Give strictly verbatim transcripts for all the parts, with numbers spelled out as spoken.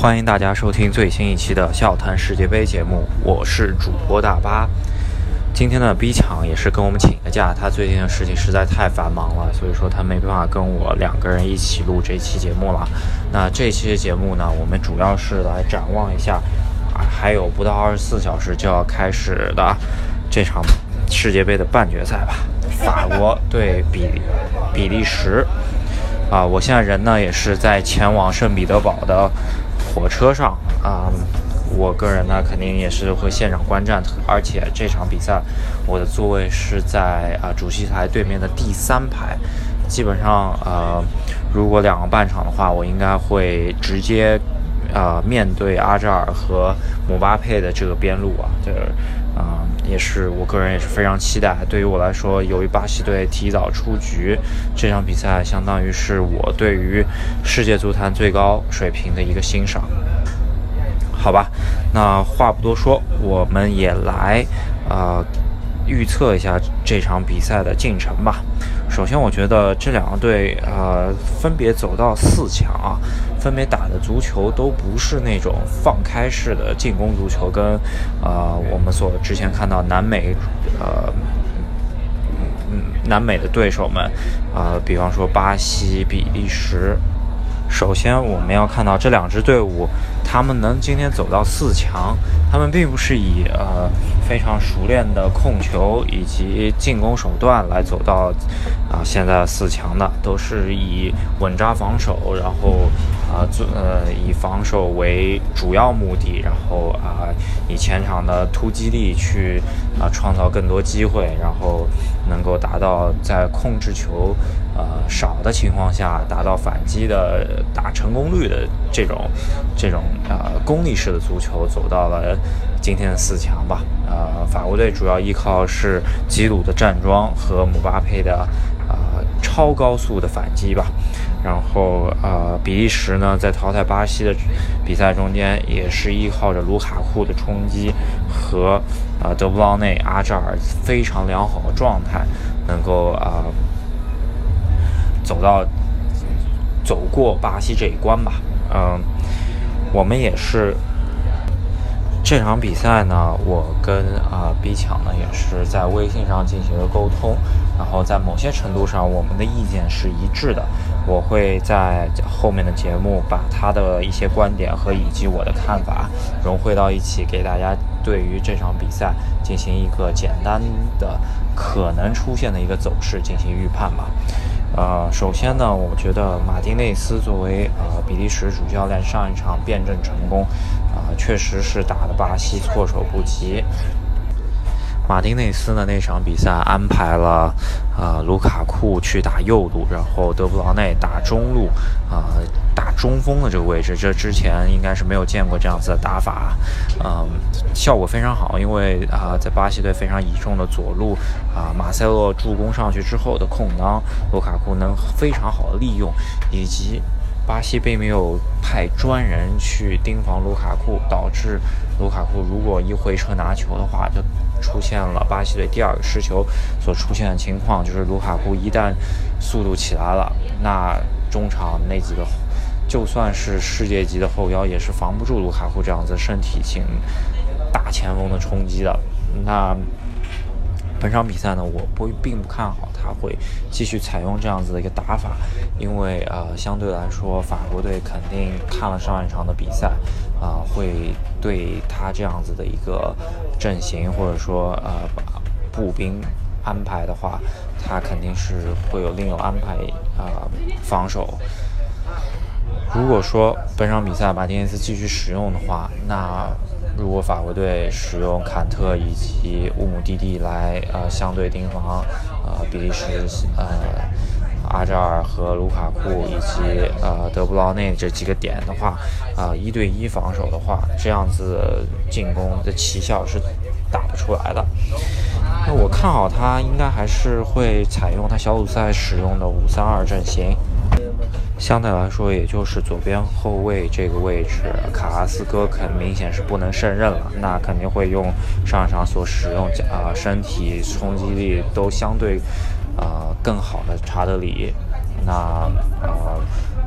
欢迎大家收听最新一期的笑谈世界杯节目，我是主播大巴。今天的 B 强也是跟我们请了假，他最近的事情实在太繁忙了，所以说他没办法跟我两个人一起录这期节目了。那这期节目呢，我们主要是来展望一下，啊，还有不到二十四小时就要开始的这场世界杯的半决赛吧，法国对比比利时。啊，我现在人呢也是在前往圣彼得堡的火车上啊，我个人呢肯定也是会现场观战，而且这场比赛我的座位是在啊主席台对面的第三排，基本上呃如果两个半场的话，我应该会直接呃面对阿扎尔和姆巴佩的这个边路啊，这个啊、呃、也是我个人也是非常期待。对于我来说，由于巴西队提早出局，这场比赛相当于是我对于世界足坛最高水平的一个欣赏。好吧，那话不多说，我们也来呃预测一下这场比赛的进程吧。首先我觉得这两个队呃分别走到四强啊，分别打的足球都不是那种放开式的进攻足球，跟呃我们所之前看到南美呃嗯南美的对手们呃比方说巴西、比利时。首先我们要看到这两支队伍，他们能今天走到四强，他们并不是以呃非常熟练的控球以及进攻手段来走到啊、呃、现在四强的，都是以稳扎防守，然后啊呃, 呃以防守为主要目的，然后啊、呃、以前场的突击力去啊、呃、创造更多机会，然后能够达到在控制球呃少的情况下达到反击的打成功率的这种这种呃功利式的足球，走到了今天的四强吧。呃，法国队主要依靠是吉鲁的站桩和姆巴佩的呃超高速的反击吧。然后呃，比利时呢在淘汰巴西的比赛中间，也是依靠着卢卡库的冲击和呃德布劳内、阿扎尔非常良好的状态，能够呃走到走过巴西这一关吧。嗯、呃，我们也是这场比赛呢，我跟啊、呃、B 强呢也是在微信上进行了沟通，然后在某些程度上我们的意见是一致的。我会在后面的节目把他的一些观点和以及我的看法融汇到一起，给大家对于这场比赛进行一个简单的可能出现的一个走势进行预判吧。呃，首先呢，我觉得马丁内斯作为呃比利时主教练，上一场辩证成功，啊、呃，确实是打得巴西措手不及。马丁内斯呢那场比赛安排了呃卢卡库去打右路，然后德布劳内打中路，啊、呃、打中锋的这个位置，这之前应该是没有见过这样子的打法，嗯、呃，效果非常好。因为啊、呃、在巴西队非常倚重的左路啊、呃、马塞洛助攻上去之后的空当，卢卡库能非常好的利用，以及巴西并没有派专人去盯防卢卡库，导致卢卡库如果一回车拿球的话，就出现了巴西队第二个失球所出现的情况，就是卢卡库一旦速度起来了，那中场那几个就算是世界级的后腰也是防不住卢卡库这样子身体型大前锋的冲击的。那本场比赛呢，我不并不看好他会继续采用这样子的一个打法，因为呃相对来说法国队肯定看了上一场的比赛啊、呃，会对他这样子的一个阵型或者说呃步兵安排的话，他肯定是会有另有安排啊、呃、防守。如果说本场比赛马丁内斯继续使用的话，那如果法国队使用坎特以及乌姆蒂蒂来呃相对盯防呃比利时呃阿扎尔和卢卡库以及呃德布劳内这几个点的话，啊、呃、一对一防守的话，这样子进攻的奇效是打不出来的。那我看好他应该还是会采用他小组赛使用的五三二阵型。相对来说，也就是左边后卫这个位置，卡拉斯哥肯明显是不能胜任了，那肯定会用上场所使用啊、呃、身体冲击力都相对啊、呃、更好的查德里。那呃呃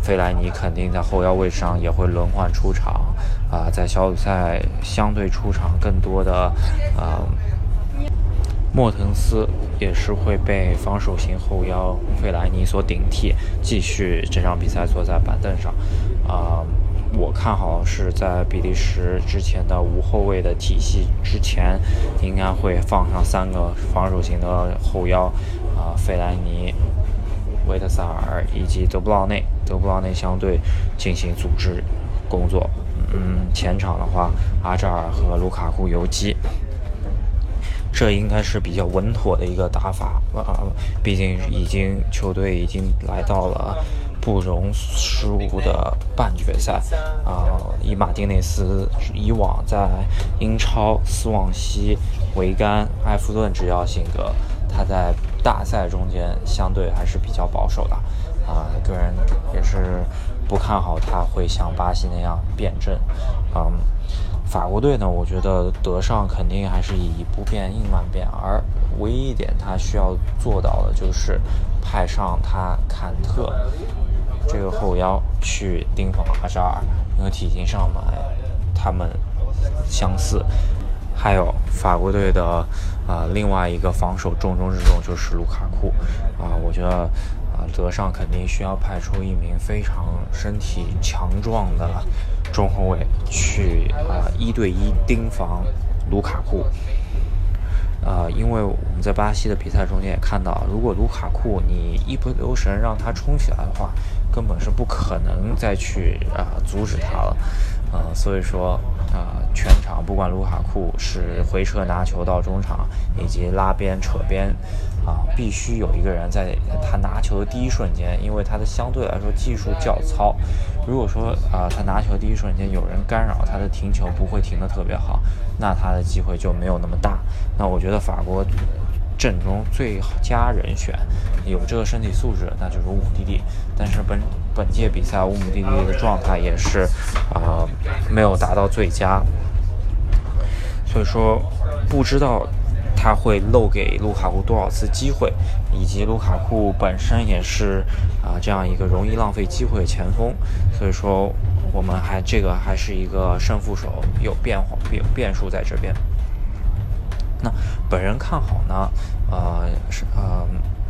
费莱尼肯定在后腰位置上也会轮换出场啊、呃，在小组赛相对出场更多的啊、呃、莫腾斯也是会被防守型后腰费莱尼所顶替，继续这场比赛坐在板凳上啊、呃。我看好是在比利时之前的无后卫的体系之前，应该会放上三个防守型的后腰啊、呃，费莱尼、维特萨尔以及德布劳内，德布劳内相对进行组织工作。嗯，前场的话，阿扎尔和卢卡库游击，这应该是比较稳妥的一个打法啊。毕竟已经球队已经来到了不容失误的半决赛啊！以马丁内斯以往在英超、斯旺西、维甘、埃弗顿执教性格，他在大赛中间相对还是比较保守的啊。个人也是不看好他会像巴西那样变阵。嗯，法国队呢，我觉得德尚肯定还是以不变应万变，而唯一一点他需要做到的就是派上他坎特这个后腰去盯防阿扎尔，因为体型上嘛，他们相似。还有法国队的啊、呃、另外一个防守重中之重就是卢卡库啊、呃，我觉得啊、呃、德尚肯定需要派出一名非常身体强壮的中后卫去啊、呃、一对一盯防卢卡库。呃，因为我们在巴西的比赛中间也看到，如果卢卡库你一不留神让他冲起来的话，根本是不可能再去啊、呃、阻止他了。呃，所以说啊、呃，全场不管卢卡库是回撤拿球到中场，以及拉边扯边啊、呃，必须有一个人在他拿球的第一瞬间，因为他的相对来说技术较糙。如果说啊、呃、他拿球第一瞬间有人干扰他的停球，不会停得特别好，那他的机会就没有那么大。那我觉得法国阵中最佳人选有这个身体素质，那就是乌姆蒂蒂。但是本本届比赛乌姆蒂蒂的状态也是啊、呃、没有达到最佳，所以说不知道他会漏给卢卡库多少次机会，以及卢卡库本身也是啊、呃、这样一个容易浪费机会的前锋，所以说我们还这个还是一个胜负手，有变化有变数在这边。那本人看好呢，呃是呃，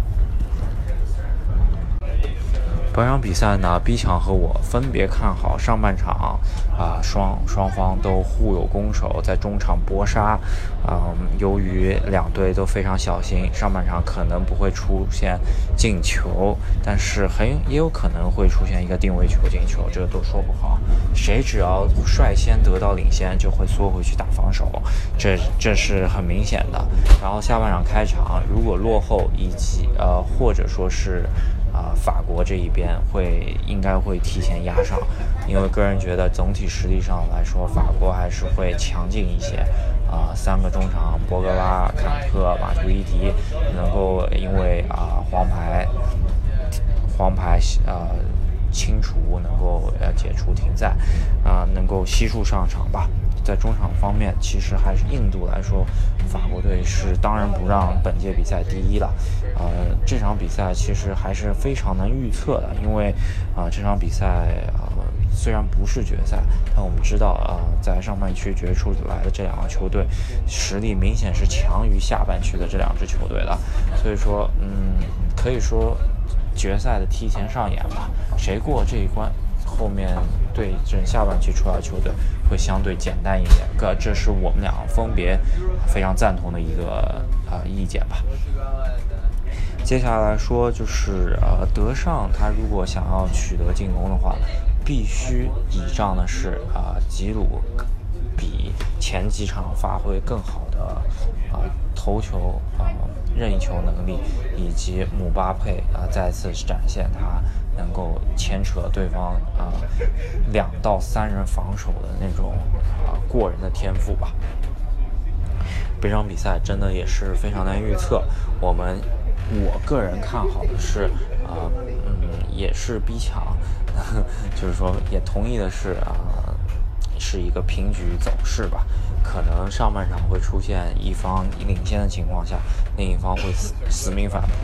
本场比赛呢，B 强和我分别看好上半场啊、呃、双双方都互有攻守，在中场搏杀。嗯、呃，由于两队都非常小心，上半场可能不会出现进球，但是很也有可能会出现一个定位球进球，这个都说不好。谁只要率先得到领先，就会缩回去打防守，这这是很明显的。然后下半场开场，如果落后以及呃或者说是啊、呃、法国这一边会应该会提前压上，因为个人觉得总体实力上来说，法国还是会强劲一些。啊、呃，三个中场博格巴、坎特、马图伊迪能够因为啊、呃、黄牌黄牌呃清除，能够呃解除停赛，啊、呃、能够悉数上场吧。在中场方面，其实还是印度来说，法国队是当仁不让本届比赛第一了。呃，这场比赛其实还是非常难预测的，因为啊、呃、这场比赛啊、呃、虽然不是决赛，但我们知道啊、呃、在上半区决出来的这两个球队实力明显是强于下半区的这两支球队的，所以说嗯可以说决赛的提前上演吧，谁过这一关，后面对阵下半区出来的球队会相对简单一点，个这是我们俩分别非常赞同的一个呃意见吧。接下来说就是呃德尚他如果想要取得进攻的话，必须倚仗的是啊、呃、吉鲁比前几场发挥更好的啊、呃、头球啊、呃、任意球能力，以及姆巴佩啊、呃、再次展现他能够牵扯对方啊、呃、两到三人防守的那种啊、呃、过人的天赋吧。这场比赛真的也是非常难预测，我们我个人看好的是啊、呃、嗯也是逼抢，就是说也同意的是啊、呃、是一个平局走势吧，可能上半场会出现一方领先的情况下，另一方会死死命反扑，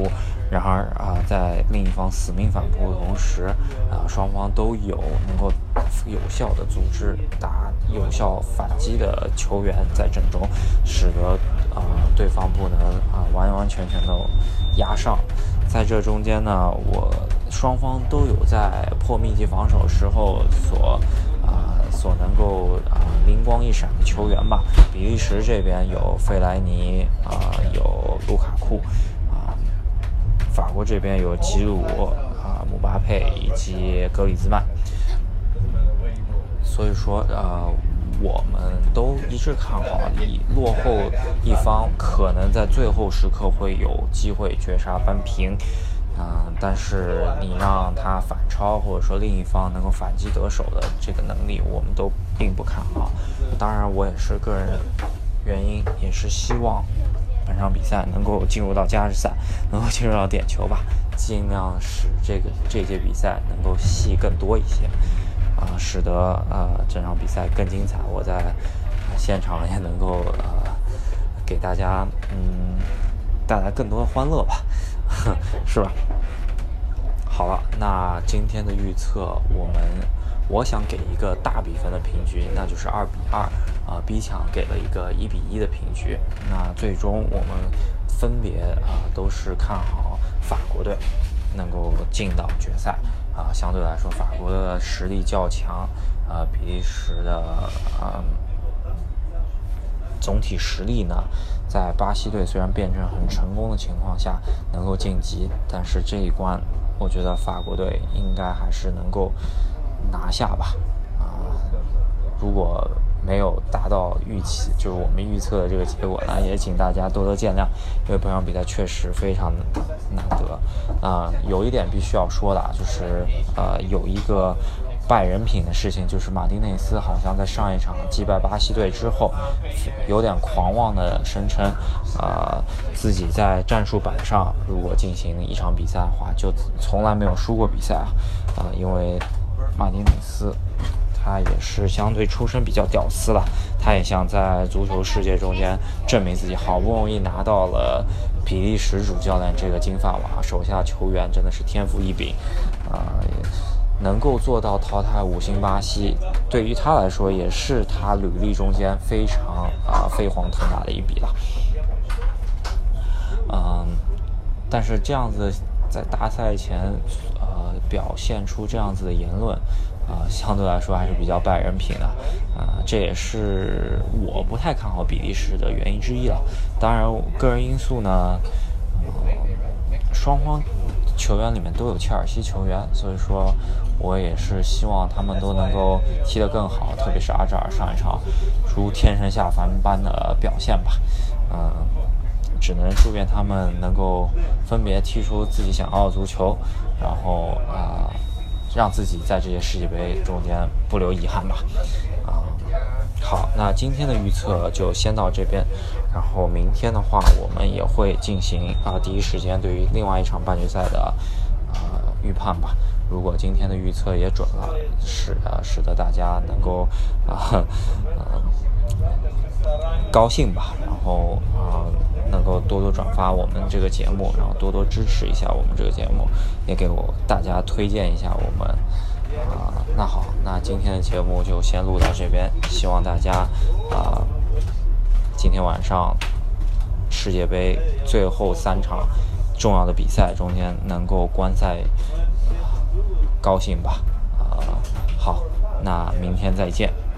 然而啊，在另一方死命反扑的同时，啊，双方都有能够有效的组织打有效反击的球员在阵中，使得啊对方不能啊完完全全的压上。在这中间呢，我双方都有在破密集防守时候所啊所能够啊灵光一闪的球员吧。比利时这边有费莱尼啊，有卢卡库啊，法国这边有吉鲁啊、姆巴佩以及格里兹曼。所以说呃我们都一致看好以落后一方可能在最后时刻会有机会绝杀扳平，嗯、呃，但是你让他反超或者说另一方能够反击得手的这个能力，我们都并不看好。当然，我也是个人原因，也是希望本场比赛能够进入到加时赛，能够进入到点球吧，尽量使这个这届比赛能够戏更多一些。啊、呃，使得呃这场比赛更精彩。我在现场也能够呃给大家嗯带来更多的欢乐吧，是吧？好了，那今天的预测，我们我想给一个大比分的平局，那就是二比二。啊 ，B 强给了一个一比一的平局。那最终我们分别啊、呃、都是看好法国队能够进到决赛。啊，相对来说，法国的实力较强，呃，比利时的呃总体实力呢，在巴西队虽然变成很成功的情况下能够晋级，但是这一关，我觉得法国队应该还是能够拿下吧。啊、呃，如果没有达到预期，就是我们预测的这个结果呢，也请大家多多见谅，因为本场比赛确实非常难得。啊、呃，有一点必须要说的，就是呃，有一个败人品的事情，就是马丁内斯好像在上一场击败巴西队之后，有点狂妄的声称，呃，自己在战术板上如果进行一场比赛的话，就从来没有输过比赛啊，啊、呃，因为马丁内斯。他也是相对出身比较屌丝了，他也想在足球世界中间证明自己，好不容易拿到了比利时主教练这个金发娃，手下球员真的是天赋异禀，啊、呃，能够做到淘汰五星巴西，对于他来说也是他履历中间非常啊、呃、飞黄腾达的一笔了。嗯、呃，但是这样子在大赛前呃表现出这样子的言论。啊、呃，相对来说还是比较败人品的，啊、呃，这也是我不太看好比利时的原因之一了。当然，个人因素呢，呃，双方球员里面都有切尔西球员，所以说我也是希望他们都能够踢得更好，特别是阿扎尔上一场如天神下凡般的表现吧，嗯、呃，只能祝愿他们能够分别踢出自己想要的足球，然后啊。呃让自己在这些世界杯中间不留遗憾吧。啊、呃，好，那今天的预测就先到这边，然后明天的话，我们也会进行啊、呃、第一时间对于另外一场半决赛的呃预判吧。如果今天的预测也准了，使呃使得大家能够啊呃。呃高兴吧，然后啊、呃、能够多多转发我们这个节目，然后多多支持一下我们这个节目，也给我大家推荐一下我们啊、呃。那好，那今天的节目就先录到这边，希望大家啊、呃、今天晚上世界杯最后三场重要的比赛中间能够观赛、呃、高兴吧。啊、呃，好，那明天再见。